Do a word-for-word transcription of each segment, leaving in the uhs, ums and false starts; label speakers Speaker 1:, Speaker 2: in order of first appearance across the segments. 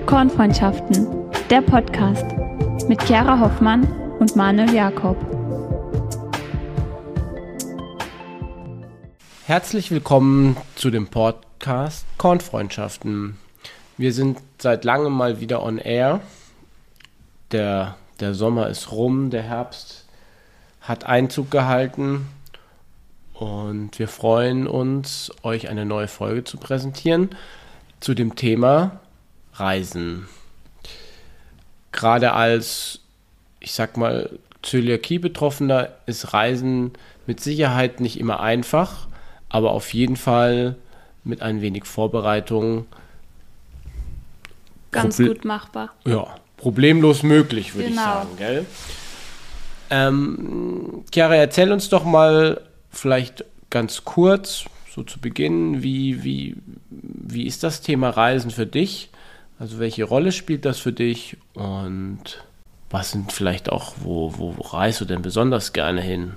Speaker 1: Kornfreundschaften, der Podcast mit Chiara Hoffmann und Manuel Jakob.
Speaker 2: Herzlich willkommen zu dem Podcast Kornfreundschaften. Wir sind seit langem mal wieder on air. Der, der Sommer ist rum, der Herbst hat Einzug gehalten und wir freuen uns, euch eine neue Folge zu präsentieren zu dem Thema Reisen. Gerade als, ich sag mal, Zöliakie-Betroffener ist Reisen mit Sicherheit nicht immer einfach, aber auf jeden Fall mit ein wenig Vorbereitung
Speaker 1: ganz Proble- gut machbar.
Speaker 2: Ja, problemlos möglich, würde
Speaker 1: genau.
Speaker 2: ich sagen, gell? Ähm, Chiara, erzähl uns doch mal vielleicht ganz kurz, so zu Beginn, wie, wie, wie ist das Thema Reisen für dich? Also welche Rolle spielt das für dich und was sind vielleicht auch, wo, wo, wo reist du denn besonders gerne hin?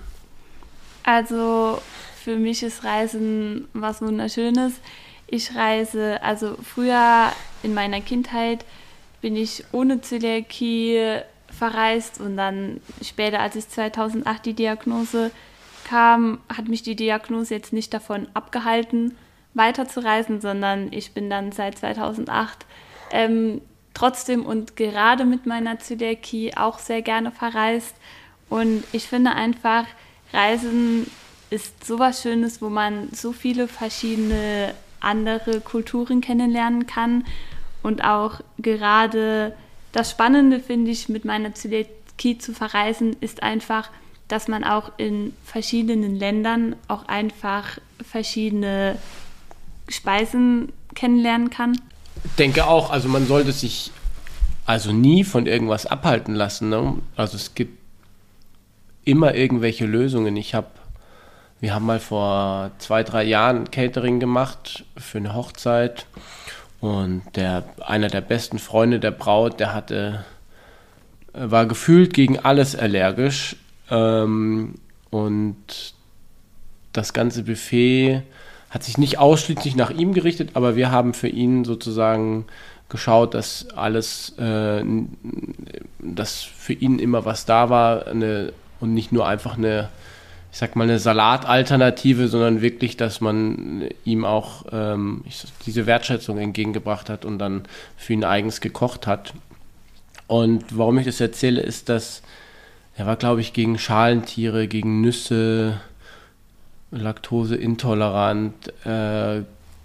Speaker 1: Also für mich ist Reisen was Wunderschönes. Ich reise, also früher in meiner Kindheit bin ich ohne Zöliakie verreist und dann später, als ich zweitausendacht die Diagnose kam, hat mich die Diagnose jetzt nicht davon abgehalten, weiterzureisen, sondern ich bin dann seit zweitausendacht ähm, trotzdem und gerade mit meiner Zöliakie auch sehr gerne verreist. Und ich finde einfach, Reisen ist sowas Schönes, wo man so viele verschiedene andere Kulturen kennenlernen kann. Und auch gerade das Spannende, finde ich, mit meiner Zöliakie zu verreisen, ist einfach, dass man auch in verschiedenen Ländern auch einfach verschiedene Speisen kennenlernen kann.
Speaker 2: Ich denke auch, also man sollte sich also nie von irgendwas abhalten lassen, ne? Also es gibt immer irgendwelche Lösungen. Ich habe, wir haben mal vor zwei, drei Jahren Catering gemacht für eine Hochzeit und der, einer der besten Freunde der Braut, der hatte, war gefühlt gegen alles allergisch. Ähm, und das ganze Buffet hat sich nicht ausschließlich nach ihm gerichtet, aber wir haben für ihn sozusagen geschaut, dass alles, äh, dass für ihn immer was da war, eine, und nicht nur einfach eine, ich sag mal, eine Salatalternative, sondern wirklich, dass man ihm auch ähm, diese Wertschätzung entgegengebracht hat und dann für ihn eigens gekocht hat. Und warum ich das erzähle, ist, dass er war, glaube ich, gegen Schalentiere, gegen Nüsse, Laktoseintolerant, äh,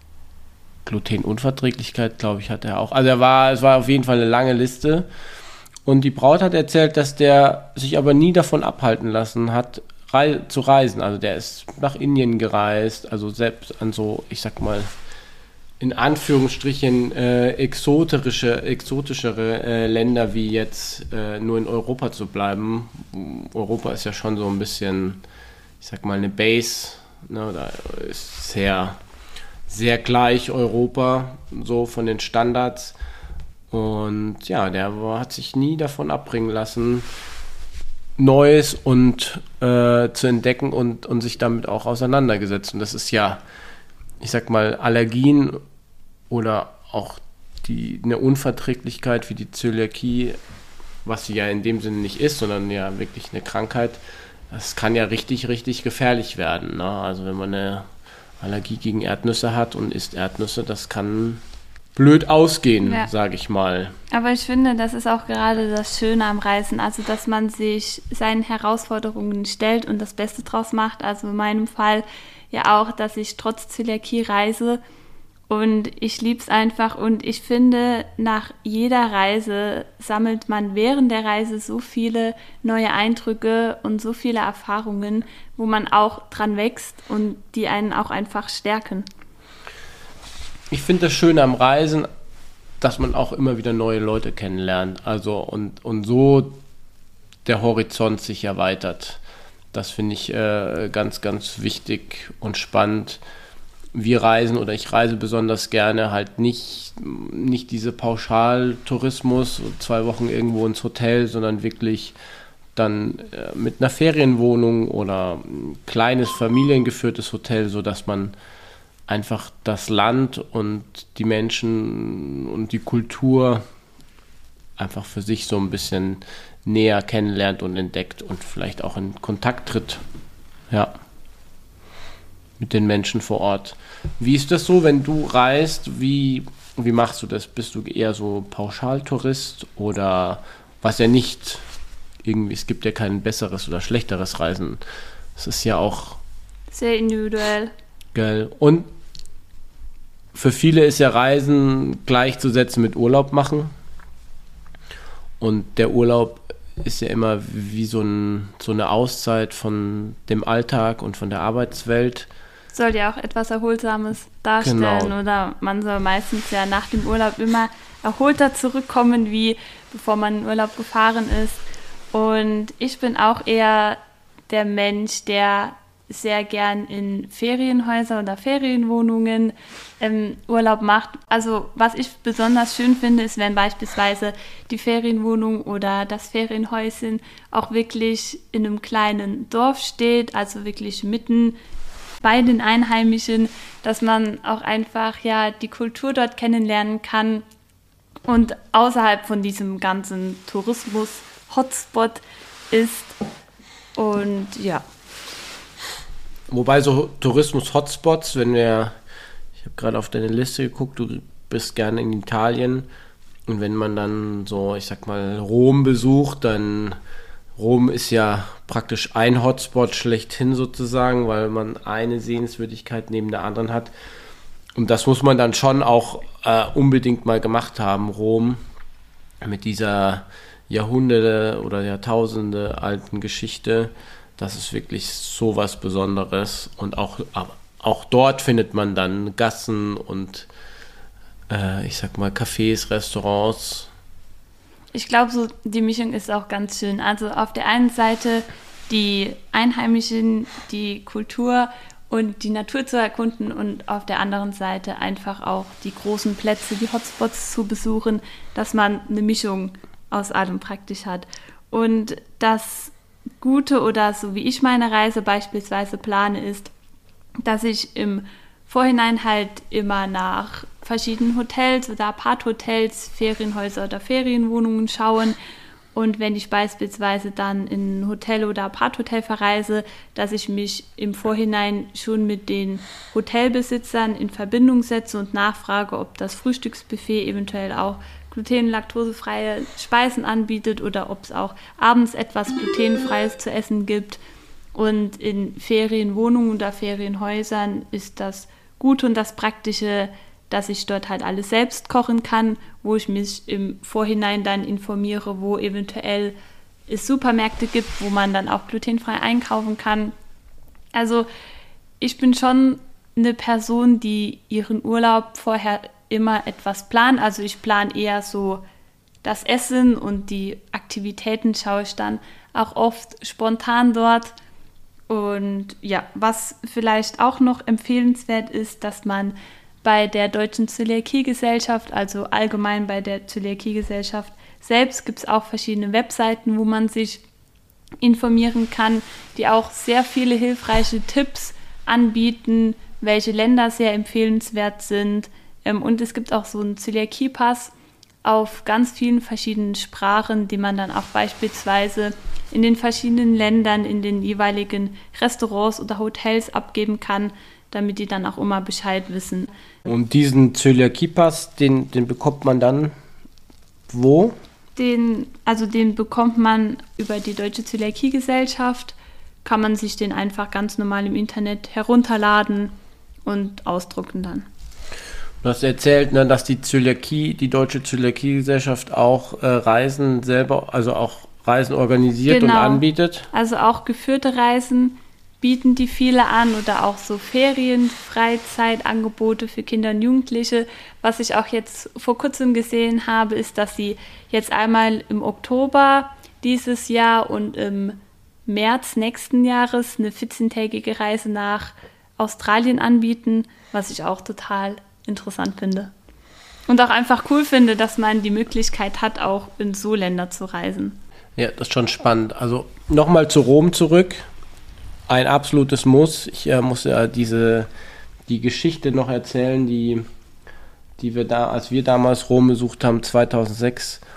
Speaker 2: Glutenunverträglichkeit, glaube ich, hat er auch. Also er war, es war auf jeden Fall eine lange Liste. Und die Braut hat erzählt, dass der sich aber nie davon abhalten lassen hat, rei- zu reisen. Also der ist nach Indien gereist, also selbst an so, ich sag mal, in Anführungsstrichen äh, exotische, exotischere äh, Länder wie jetzt äh, nur in Europa zu bleiben. Europa ist ja schon so ein bisschen, ich sag mal, eine Base, ne, da ist sehr, sehr gleich Europa, so von den Standards. Und ja, der war, hat sich nie davon abbringen lassen, Neues und äh, zu entdecken und, und sich damit auch auseinandergesetzt. Und das ist ja, ich sag mal, Allergien oder auch die, eine Unverträglichkeit wie die Zöliakie, was sie ja in dem Sinne nicht ist, sondern ja wirklich eine Krankheit, das kann ja richtig, richtig gefährlich werden, ne? Also wenn man eine Allergie gegen Erdnüsse hat und isst Erdnüsse, das kann blöd ausgehen, ja, sage ich mal.
Speaker 1: Aber ich finde, das ist auch gerade das Schöne am Reisen, also dass man sich seinen Herausforderungen stellt und das Beste draus macht. Also in meinem Fall ja auch, dass ich trotz Zöliakie reise und ich liebe es einfach und ich finde, nach jeder Reise sammelt man während der Reise so viele neue Eindrücke und so viele Erfahrungen, wo man auch dran wächst und die einen auch einfach stärken.
Speaker 2: Ich finde das Schöne am Reisen, dass man auch immer wieder neue Leute kennenlernt, also und, und so der Horizont sich erweitert. Das finde ich äh, ganz, ganz wichtig und spannend. Wir reisen oder ich reise besonders gerne halt nicht, nicht diese Pauschaltourismus, zwei Wochen irgendwo ins Hotel, sondern wirklich dann äh, mit einer Ferienwohnung oder ein kleines familiengeführtes Hotel, sodass man einfach das Land und die Menschen und die Kultur einfach für sich so ein bisschen näher kennenlernt und entdeckt und vielleicht auch in Kontakt tritt. Ja. Mit den Menschen vor Ort. Wie ist das so, wenn du reist? Wie, wie machst du das? Bist du eher so Pauschaltourist oder was ja nicht irgendwie, es gibt ja kein besseres oder schlechteres Reisen. Es ist ja auch
Speaker 1: sehr individuell.
Speaker 2: Geil. Und für viele ist ja Reisen gleichzusetzen mit Urlaub machen. Und der Urlaub ist ja immer wie so, ein, so eine Auszeit von dem Alltag und von der Arbeitswelt.
Speaker 1: Soll ja auch etwas Erholsames darstellen,
Speaker 2: Genau.
Speaker 1: oder man soll meistens ja nach dem Urlaub immer erholter zurückkommen, wie bevor man in Urlaub gefahren ist. Und ich bin auch eher der Mensch, der sehr gern in Ferienhäuser oder Ferienwohnungen ähm, Urlaub macht. Also was ich besonders schön finde, ist, wenn beispielsweise die Ferienwohnung oder das Ferienhäuschen auch wirklich in einem kleinen Dorf steht, also wirklich mitten bei den Einheimischen, dass man auch einfach ja die Kultur dort kennenlernen kann und außerhalb von diesem ganzen Tourismus-Hotspot ist. Und ja.
Speaker 2: Wobei so Tourismus-Hotspots, wenn wir, ich habe gerade auf deine Liste geguckt, du bist gerne in Italien und wenn man dann so, ich sag mal, Rom besucht, dann Rom ist ja praktisch ein Hotspot schlechthin sozusagen, weil man eine Sehenswürdigkeit neben der anderen hat. Und das muss man dann schon auch äh, unbedingt mal gemacht haben, Rom, mit dieser Jahrhunderte oder Jahrtausende alten Geschichte. Das ist wirklich so was Besonderes. Und auch, auch dort findet man dann Gassen und äh, ich sag mal Cafés, Restaurants.
Speaker 1: Ich glaube, so die Mischung ist auch ganz schön. Also auf der einen Seite die Einheimischen, die Kultur und die Natur zu erkunden und auf der anderen Seite einfach auch die großen Plätze, die Hotspots zu besuchen, dass man eine Mischung aus allem praktisch hat. Und das Gute oder so wie ich meine Reise beispielsweise plane, ist, dass ich im Vorhinein halt immer nach verschiedenen Hotels oder Apart-Hotels, Ferienhäuser oder Ferienwohnungen schauen. Und wenn ich beispielsweise dann in ein Hotel oder Apart-Hotel verreise, dass ich mich im Vorhinein schon mit den Hotelbesitzern in Verbindung setze und nachfrage, ob das Frühstücksbuffet eventuell auch gluten- und laktosefreie Speisen anbietet oder ob es auch abends etwas glutenfreies zu essen gibt. Und in Ferienwohnungen oder Ferienhäusern ist das Gute und das Praktische, dass ich dort halt alles selbst kochen kann, wo ich mich im Vorhinein dann informiere, wo eventuell es Supermärkte gibt, wo man dann auch glutenfrei einkaufen kann. Also ich bin schon eine Person, die ihren Urlaub vorher immer etwas plant. Also ich plane eher so das Essen und die Aktivitäten schaue ich dann auch oft spontan dort. Und ja, was vielleicht auch noch empfehlenswert ist, dass man bei der Deutschen Zöliakie-Gesellschaft, also allgemein bei der Zöliakie-Gesellschaft selbst, gibt es auch verschiedene Webseiten, wo man sich informieren kann, die auch sehr viele hilfreiche Tipps anbieten, welche Länder sehr empfehlenswert sind. Und es gibt auch so einen Zöliakie-Pass auf ganz vielen verschiedenen Sprachen, die man dann auch beispielsweise in den verschiedenen Ländern, in den jeweiligen Restaurants oder Hotels abgeben kann, damit die dann auch immer Bescheid wissen.
Speaker 2: Und diesen Zöliakie-Pass, den, den bekommt man dann wo?
Speaker 1: Den, also den bekommt man über die Deutsche Zöliakie-Gesellschaft, kann man sich den einfach ganz normal im Internet herunterladen und ausdrucken dann.
Speaker 2: Du hast erzählt, ne, dass die Zöliakie, die Deutsche Zöliakie-Gesellschaft auch äh, Reisen selber, also auch Reisen organisiert
Speaker 1: genau.
Speaker 2: und anbietet.
Speaker 1: Also auch geführte Reisen bieten die viele an oder auch so Ferien, Freizeitangebote für Kinder und Jugendliche. Was ich auch jetzt vor kurzem gesehen habe, ist, dass sie jetzt einmal im Oktober dieses Jahr und im März nächsten Jahres eine vierzehntägige Reise nach Australien anbieten, was ich auch total interessant finde. Und auch einfach cool finde, dass man die Möglichkeit hat, auch in so Länder zu reisen.
Speaker 2: Ja, das ist schon spannend. Also nochmal zu Rom zurück. Ein absolutes Muss. Ich äh, muss ja diese die Geschichte noch erzählen, die, die wir da, als wir damals Rom besucht haben, zweitausendsechs.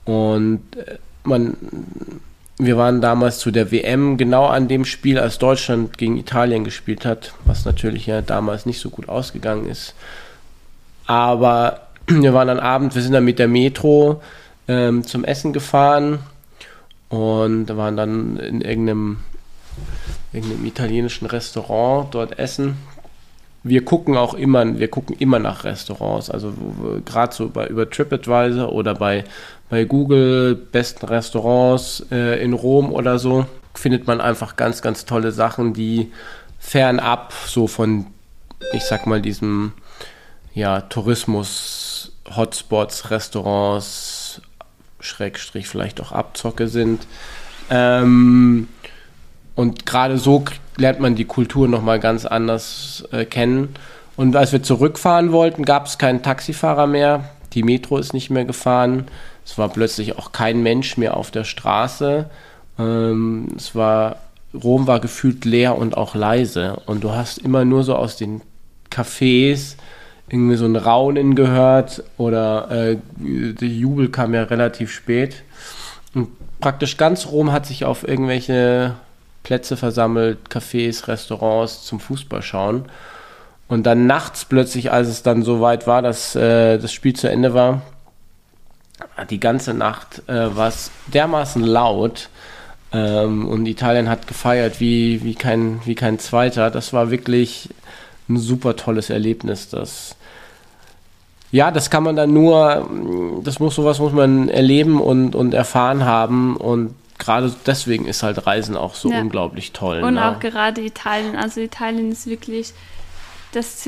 Speaker 2: Und äh, man, wir waren damals zu der W M genau an dem Spiel, als Deutschland gegen Italien gespielt hat, was natürlich ja damals nicht so gut ausgegangen ist. Aber wir waren dann abends, wir sind dann mit der Metro ähm, zum Essen gefahren und waren dann in irgendeinem, irgendeinem italienischen Restaurant dort essen. Wir gucken auch immer, wir gucken immer nach Restaurants, also gerade so bei, über TripAdvisor oder bei, bei Google, besten Restaurants äh, in Rom oder so, findet man einfach ganz, ganz tolle Sachen, die fernab so von, ich sag mal, diesem ja, Tourismus, Hotspots, Restaurants, Schrägstrich vielleicht auch Abzocke sind. Ähm, und gerade so lernt man die Kultur nochmal ganz anders äh, kennen. Und als wir zurückfahren wollten, gab es keinen Taxifahrer mehr. Die Metro ist nicht mehr gefahren. Es war plötzlich auch kein Mensch mehr auf der Straße. Ähm, es war, Rom war gefühlt leer und auch leise. Und du hast immer nur so aus den Cafés irgendwie so ein Raunen gehört oder äh, der Jubel kam ja relativ spät. Und praktisch ganz Rom hat sich auf irgendwelche Plätze versammelt, Cafés, Restaurants zum Fußball schauen. Und dann nachts plötzlich, als es dann so weit war, dass äh, das Spiel zu Ende war, die ganze Nacht äh, war es dermaßen laut ähm, und Italien hat gefeiert wie, wie, kein, wie kein Zweiter. Das war wirklich ein super tolles Erlebnis. Das, ja, das kann man dann nur, das muss sowas muss man erleben und, und erfahren haben und gerade deswegen ist halt Reisen auch so ja. unglaublich toll.
Speaker 1: Und
Speaker 2: ne?
Speaker 1: auch gerade Italien. Also Italien ist wirklich das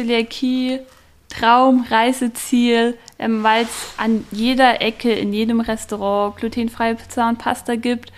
Speaker 1: Zöliakie-Traum-Reiseziel, ähm, weil es an jeder Ecke, in jedem Restaurant glutenfreie Pizza und Pasta gibt.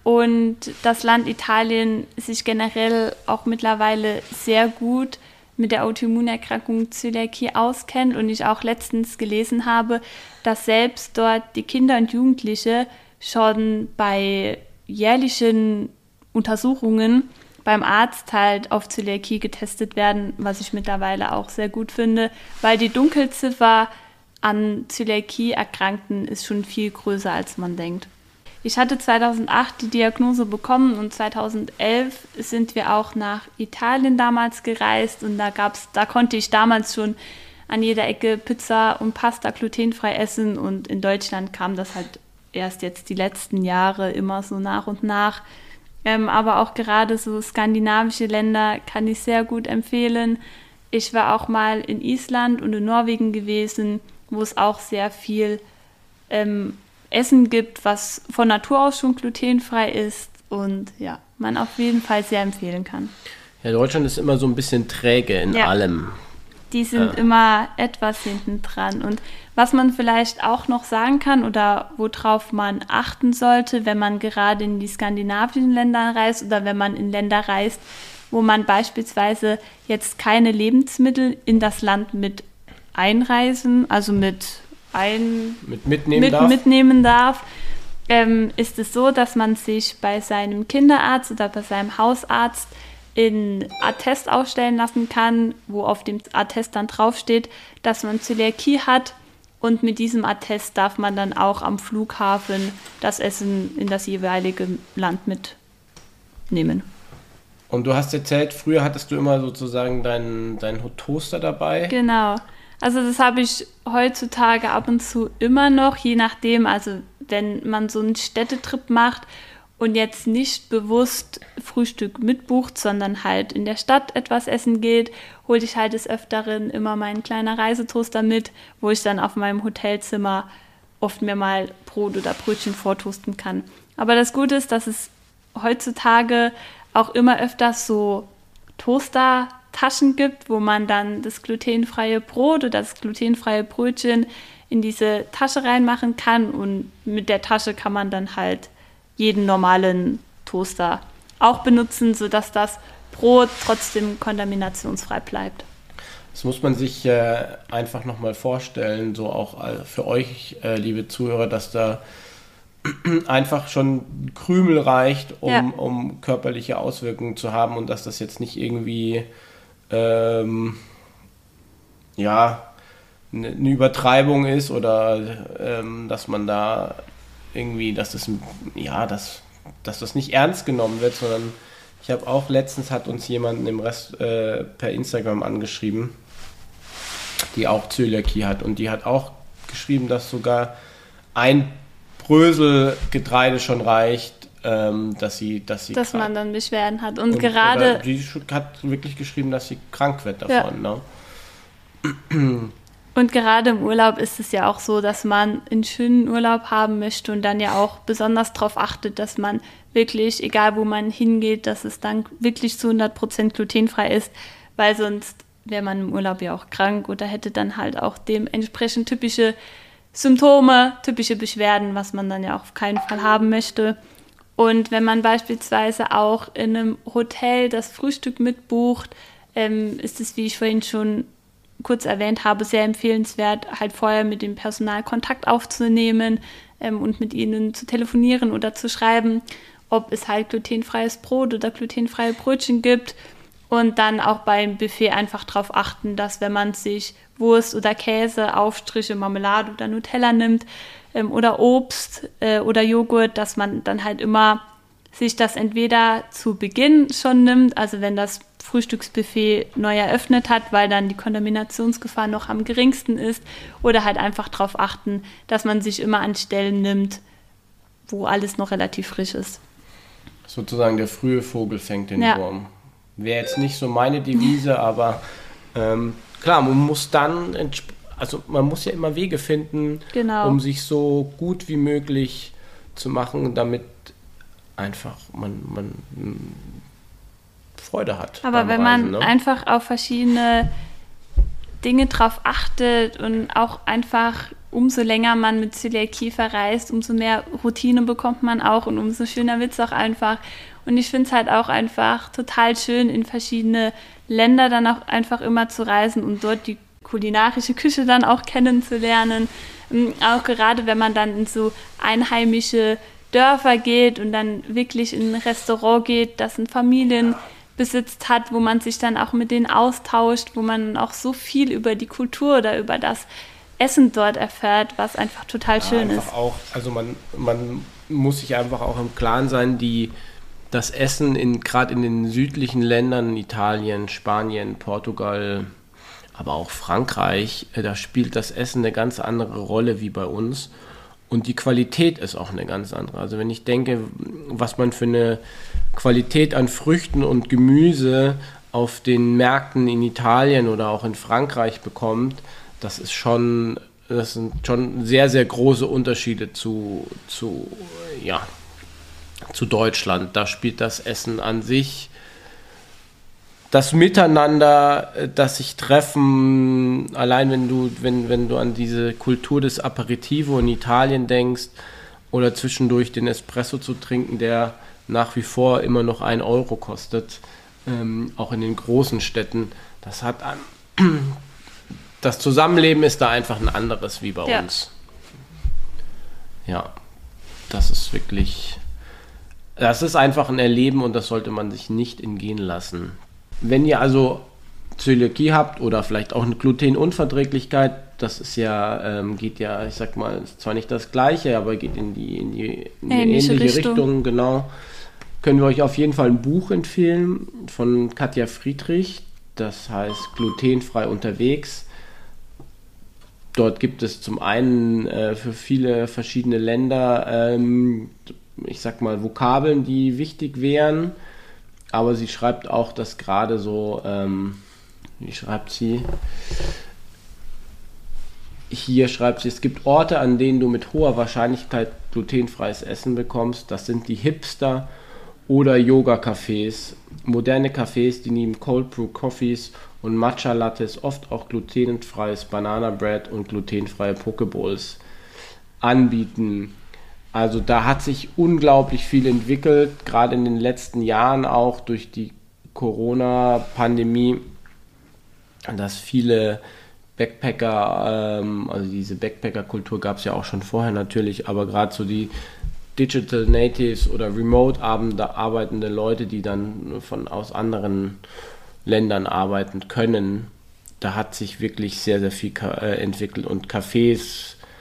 Speaker 1: Und das Land Italien sich generell auch mittlerweile sehr gut mit der Autoimmunerkrankung Zöliakie auskennt. Und ich auch letztens gelesen habe, dass selbst dort die Kinder und Jugendliche schon bei jährlichen Untersuchungen beim Arzt halt auf Zöliakie getestet werden, was ich mittlerweile auch sehr gut finde, weil die Dunkelziffer an Zöliakie-Erkrankten ist schon viel größer, als man denkt. Ich hatte zweitausendacht die Diagnose bekommen und zweitausendelf sind wir auch nach Italien damals gereist und da gab's, da konnte ich damals schon an jeder Ecke Pizza und Pasta glutenfrei essen und in Deutschland kam das halt erst jetzt die letzten Jahre immer so nach und nach. Ähm, aber auch gerade so skandinavische Länder kann ich sehr gut empfehlen. Ich war auch mal in Island und in Norwegen gewesen, wo es auch sehr viel ähm, Essen gibt, was von Natur aus schon glutenfrei ist und ja, man auf jeden Fall sehr empfehlen kann.
Speaker 2: Ja, Deutschland ist immer so ein bisschen träge in
Speaker 1: ja.
Speaker 2: allem.
Speaker 1: Die sind ja. immer etwas hinten dran. Und was man vielleicht auch noch sagen kann oder worauf man achten sollte, wenn man gerade in die skandinavischen Länder reist oder wenn man in Länder reist, wo man beispielsweise jetzt keine Lebensmittel in das Land mit einreisen, also mit, ein,
Speaker 2: mit mitnehmen
Speaker 1: mit,
Speaker 2: darf,
Speaker 1: mitnehmen darf ähm, ist es so, dass man sich bei seinem Kinderarzt oder bei seinem Hausarzt in Attest ausstellen lassen kann, wo auf dem Attest dann draufsteht, dass man Zöliakie hat und mit diesem Attest darf man dann auch am Flughafen das Essen in das jeweilige Land mitnehmen.
Speaker 2: Und du hast erzählt, früher hattest du immer sozusagen deinen, deinen Toaster dabei.
Speaker 1: Genau. Also das habe ich heutzutage ab und zu immer noch, je nachdem, also wenn man so einen Städtetrip macht und jetzt nicht bewusst Frühstück mitbucht, sondern halt in der Stadt etwas essen geht, hole ich halt des Öfteren immer meinen kleinen Reisetoaster mit, wo ich dann auf meinem Hotelzimmer oft mir mal Brot oder Brötchen vortoasten kann. Aber das Gute ist, dass es heutzutage auch immer öfters so Toaster-Taschen gibt, wo man dann das glutenfreie Brot oder das glutenfreie Brötchen in diese Tasche reinmachen kann und mit der Tasche kann man dann halt jeden normalen Toaster auch benutzen, sodass das Brot trotzdem kontaminationsfrei bleibt.
Speaker 2: Das muss man sich äh, einfach nochmal vorstellen, so auch äh, für euch, äh, liebe Zuhörer, dass da einfach schon Krümel reicht, um, ja. um körperliche Auswirkungen zu haben und dass das jetzt nicht irgendwie ähm, ja, eine Übertreibung ist oder ähm, dass man da irgendwie, dass das, ja, dass, dass das nicht ernst genommen wird, sondern ich habe auch letztens hat uns jemand im Rest äh, per Instagram angeschrieben, die auch Zöliakie hat und die hat auch geschrieben, dass sogar ein Brösel Getreide schon reicht, ähm, dass sie, dass sie
Speaker 1: dass
Speaker 2: krank,
Speaker 1: man dann Beschwerden hat und,
Speaker 2: und
Speaker 1: gerade
Speaker 2: die hat wirklich geschrieben, dass sie krank wird davon.
Speaker 1: Ja.
Speaker 2: Ne?
Speaker 1: Und gerade im Urlaub ist es ja auch so, dass man einen schönen Urlaub haben möchte und dann ja auch besonders darauf achtet, dass man wirklich, egal wo man hingeht, dass es dann wirklich zu hundert Prozent glutenfrei ist, weil sonst wäre man im Urlaub ja auch krank oder hätte dann halt auch dementsprechend typische Symptome, typische Beschwerden, was man dann ja auch auf keinen Fall haben möchte. Und wenn man beispielsweise auch in einem Hotel das Frühstück mitbucht, ähm, ist es, wie ich vorhin schon kurz erwähnt habe, sehr empfehlenswert, halt vorher mit dem Personal Kontakt aufzunehmen ähm, und mit ihnen zu telefonieren oder zu schreiben, ob es halt glutenfreies Brot oder glutenfreie Brötchen gibt und dann auch beim Buffet einfach darauf achten, dass wenn man sich Wurst oder Käse, Aufstriche, Marmelade oder Nutella nimmt ähm, oder Obst äh, oder Joghurt, dass man dann halt immer sich das entweder zu Beginn schon nimmt, also wenn das Frühstücksbuffet neu eröffnet hat, weil dann die Kontaminationsgefahr noch am geringsten ist, oder halt einfach darauf achten, dass man sich immer an Stellen nimmt, wo alles noch relativ frisch ist.
Speaker 2: Sozusagen der frühe Vogel fängt den
Speaker 1: ja.
Speaker 2: Wurm. Wäre jetzt nicht so meine Devise, aber ähm, klar, man muss dann, entsp- also man muss ja immer Wege finden,
Speaker 1: genau.
Speaker 2: um sich so gut wie möglich zu machen, damit einfach man, man Freude hat.
Speaker 1: Aber wenn
Speaker 2: Reisen,
Speaker 1: man
Speaker 2: ne?
Speaker 1: einfach auf verschiedene Dinge drauf achtet und auch einfach umso länger man mit Zöliakie verreist, umso mehr Routine bekommt man auch und umso schöner wird es auch einfach. Und ich finde es halt auch einfach total schön, in verschiedene Länder dann auch einfach immer zu reisen und dort die kulinarische Küche dann auch kennenzulernen. Auch gerade wenn man dann in so einheimische Dörfer geht und dann wirklich in ein Restaurant geht, das ein Familienbesitz hat, wo man sich dann auch mit denen austauscht, wo man auch so viel über die Kultur oder über das Essen dort erfährt, was einfach total
Speaker 2: ja,
Speaker 1: schön
Speaker 2: einfach
Speaker 1: ist.
Speaker 2: Auch, also man, man muss sich einfach auch im Klaren sein, die das Essen in gerade in den südlichen Ländern, Italien, Spanien, Portugal, aber auch Frankreich, da spielt das Essen eine ganz andere Rolle wie bei uns. Und die Qualität ist auch eine ganz andere. Also wenn ich denke, was man für eine Qualität an Früchten und Gemüse auf den Märkten in Italien oder auch in Frankreich bekommt, das ist schon, das sind schon sehr, sehr große Unterschiede zu, zu, ja, zu Deutschland. Da spielt das Essen an sich, das Miteinander, das sich treffen, allein wenn du, wenn, wenn du an diese Kultur des Aperitivo in Italien denkst oder zwischendurch den Espresso zu trinken, der nach wie vor immer noch ein Euro kostet, ähm, auch in den großen Städten, das hat an, das Zusammenleben ist da einfach ein anderes wie bei
Speaker 1: ja.
Speaker 2: uns. Ja, das ist wirklich, das ist einfach ein Erleben und das sollte man sich nicht entgehen lassen. Wenn ihr also Zöliakie habt oder vielleicht auch eine Glutenunverträglichkeit, das ist ja, ähm, geht ja, ich sag mal, ist zwar nicht das Gleiche, aber geht in die, in die, in die ähnliche, ähnliche Richtung. Richtung, genau. Können wir euch auf jeden Fall ein Buch empfehlen von Katja Friedrich, das heißt Glutenfrei unterwegs. Dort gibt es zum einen äh, für viele verschiedene Länder, ähm, ich sag mal, Vokabeln, die wichtig wären. Aber sie schreibt auch, dass gerade so, ähm, wie schreibt sie? Hier schreibt sie, es gibt Orte, an denen du mit hoher Wahrscheinlichkeit glutenfreies Essen bekommst. Das sind die Hipster- oder Yoga-Cafés. Moderne Cafés, die neben Cold Brew Coffees und Matcha Lattes oft auch glutenfreies Banana Bread und glutenfreie Pokeballs anbieten. Also da hat sich unglaublich viel entwickelt, gerade in den letzten Jahren auch durch die Corona-Pandemie, dass viele Backpacker, ähm, also diese Backpacker-Kultur gab es ja auch schon vorher natürlich, aber gerade so die Digital Natives oder remote arbeitende Leute, die dann von aus anderen Ländern arbeiten können, da hat sich wirklich sehr, sehr viel äh, entwickelt und Cafés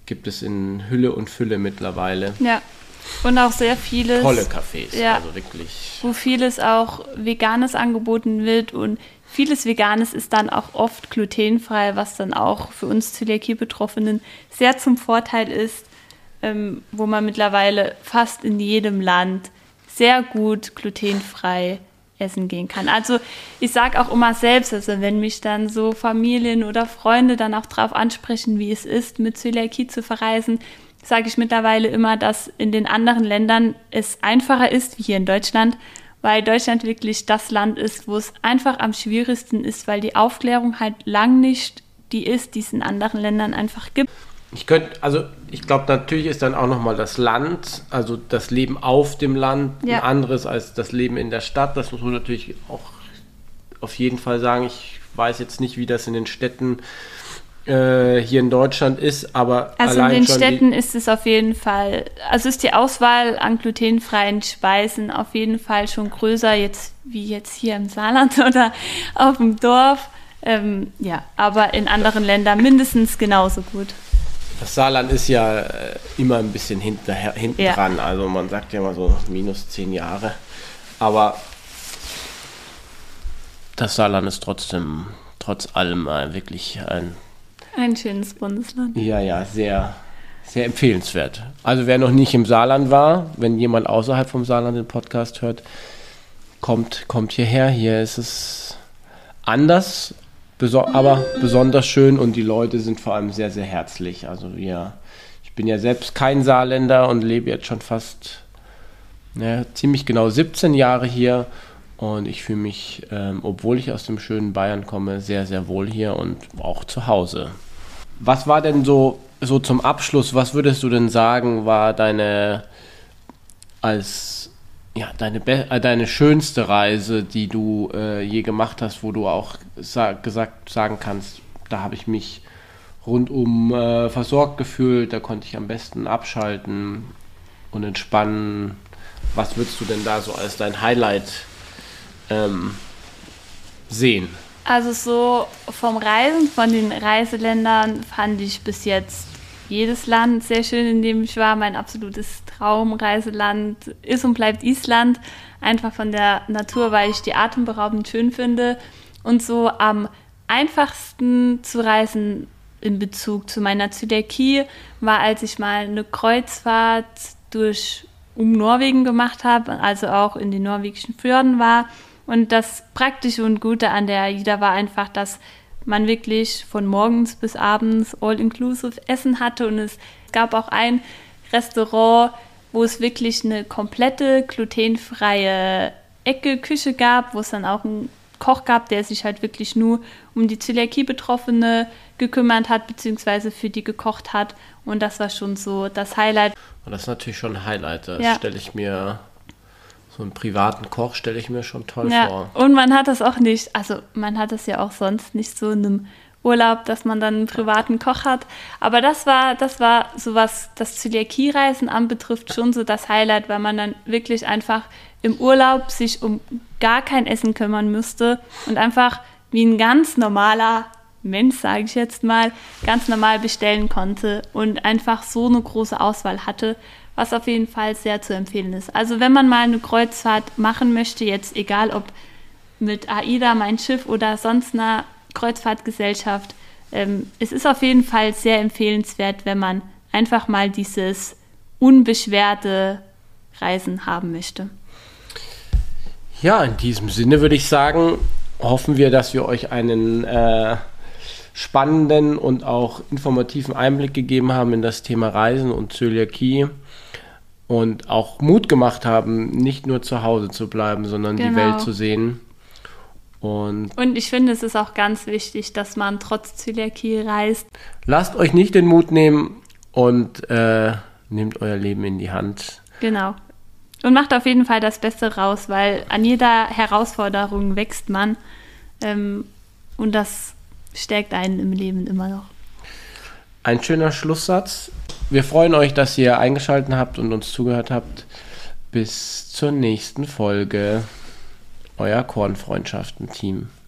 Speaker 2: gibt es in Hülle und Fülle mittlerweile.
Speaker 1: Ja, und auch sehr vieles.
Speaker 2: Tolle Cafés,
Speaker 1: ja,
Speaker 2: also wirklich.
Speaker 1: Wo vieles auch Veganes angeboten wird und vieles Veganes ist dann auch oft glutenfrei, was dann auch für uns Zöliakie-Betroffenen sehr zum Vorteil ist, ähm, wo man mittlerweile fast in jedem Land sehr gut glutenfrei essen gehen kann. Also ich sage auch immer selbst, also wenn mich dann so Familien oder Freunde dann auch darauf ansprechen, wie es ist, mit Zöliakie zu verreisen, sage ich mittlerweile immer, dass in den anderen Ländern es einfacher ist, wie hier in Deutschland, weil Deutschland wirklich das Land ist, wo es einfach am schwierigsten ist, weil die Aufklärung halt lang nicht die ist, die es in anderen Ländern einfach gibt.
Speaker 2: Ich könnte, also ich glaube, natürlich ist dann auch nochmal das Land, also das Leben auf dem Land ja. ein anderes als das Leben in der Stadt. Das muss man natürlich auch auf jeden Fall sagen. Ich weiß jetzt nicht, wie das in den Städten äh, hier in Deutschland ist, aber
Speaker 1: also
Speaker 2: allein
Speaker 1: in den
Speaker 2: schon
Speaker 1: Städten ist es auf jeden Fall, also ist die Auswahl an glutenfreien Speisen auf jeden Fall schon größer jetzt wie jetzt hier im Saarland oder auf dem Dorf. Ähm, ja, aber in anderen Ländern mindestens genauso gut.
Speaker 2: Das Saarland ist ja äh, immer ein bisschen hinterher, hinten
Speaker 1: ja.
Speaker 2: dran, also man sagt ja immer so minus zehn Jahre, aber das Saarland ist trotzdem, trotz allem äh, wirklich ein
Speaker 1: ein schönes Bundesland.
Speaker 2: Ja, ja, sehr, sehr empfehlenswert. Also wer noch nicht im Saarland war, wenn jemand außerhalb vom Saarland den Podcast hört, kommt, kommt hierher, hier ist es anders, beso- aber besonders schön und die Leute sind vor allem sehr, sehr herzlich. Also wir, ich bin ja selbst kein Saarländer und lebe jetzt schon fast ja, ziemlich genau siebzehn Jahre hier und ich fühle mich, ähm, obwohl ich aus dem schönen Bayern komme, sehr, sehr wohl hier und auch zu Hause. Was war denn so, so zum Abschluss, was würdest du denn sagen, war deine als ja, deine, be- äh, deine schönste Reise, die du äh, je gemacht hast, wo du auch sa- gesagt sagen kannst, da habe ich mich rundum äh, versorgt gefühlt, da konnte ich am besten abschalten und entspannen. Was würdest du denn da so als dein Highlight ähm, sehen?
Speaker 1: Also so vom Reisen, von den Reiseländern fand ich bis jetzt jedes Land sehr schön, in dem ich war. Mein absolutes Traumreiseland ist und bleibt Island. Einfach von der Natur, weil ich die atemberaubend schön finde. Und so am einfachsten zu reisen in Bezug zu meiner Zöliakie war, als ich mal eine Kreuzfahrt durch um Norwegen gemacht habe, also auch in den norwegischen Fjorden war. Und das Praktische und Gute an der AIDA war einfach, dass man wirklich von morgens bis abends all-inclusive Essen hatte. Und es gab auch ein Restaurant, wo es wirklich eine komplette glutenfreie Ecke, Küche gab, wo es dann auch einen Koch gab, der sich halt wirklich nur um die Zöliakie-Betroffene gekümmert hat, beziehungsweise für die gekocht hat. Und das war schon so das Highlight.
Speaker 2: Und das ist natürlich schon ein Highlight. Das
Speaker 1: ja.
Speaker 2: stelle ich mir, so einen privaten Koch stelle ich mir schon toll
Speaker 1: ja.
Speaker 2: vor.
Speaker 1: Und man hat das auch nicht, also man hat das ja auch sonst nicht so in einem Urlaub, dass man dann einen privaten Koch hat. Aber das war, das war so, was das Zöliakie-Reisen anbetrifft, schon so das Highlight, weil man dann wirklich einfach im Urlaub sich um gar kein Essen kümmern müsste und einfach wie ein ganz normaler Mensch, sage ich jetzt mal, ganz normal bestellen konnte und einfach so eine große Auswahl hatte, was auf jeden Fall sehr zu empfehlen ist. Also wenn man mal eine Kreuzfahrt machen möchte, jetzt egal ob mit AIDA, mein Schiff oder sonst einer Kreuzfahrtgesellschaft, ähm, es ist auf jeden Fall sehr empfehlenswert, wenn man einfach mal dieses unbeschwerte Reisen haben möchte.
Speaker 2: Ja, in diesem Sinne würde ich sagen, hoffen wir, dass wir euch einen äh, spannenden und auch informativen Einblick gegeben haben in das Thema Reisen und Zöliakie und auch Mut gemacht haben, nicht nur zu Hause zu bleiben, sondern genau. die Welt zu sehen. Und,
Speaker 1: und ich finde, es ist auch ganz wichtig, dass man trotz Zöliakie reist.
Speaker 2: Lasst euch nicht den Mut nehmen und äh, nehmt euer Leben in die Hand.
Speaker 1: Genau. Und macht auf jeden Fall das Beste raus, weil an jeder Herausforderung wächst man. Ähm, und das stärkt einen im Leben immer noch.
Speaker 2: Ein schöner Schlusssatz. Wir freuen euch, dass ihr eingeschaltet habt und uns zugehört habt. Bis zur nächsten Folge. Euer Kornfreundschaften-Team.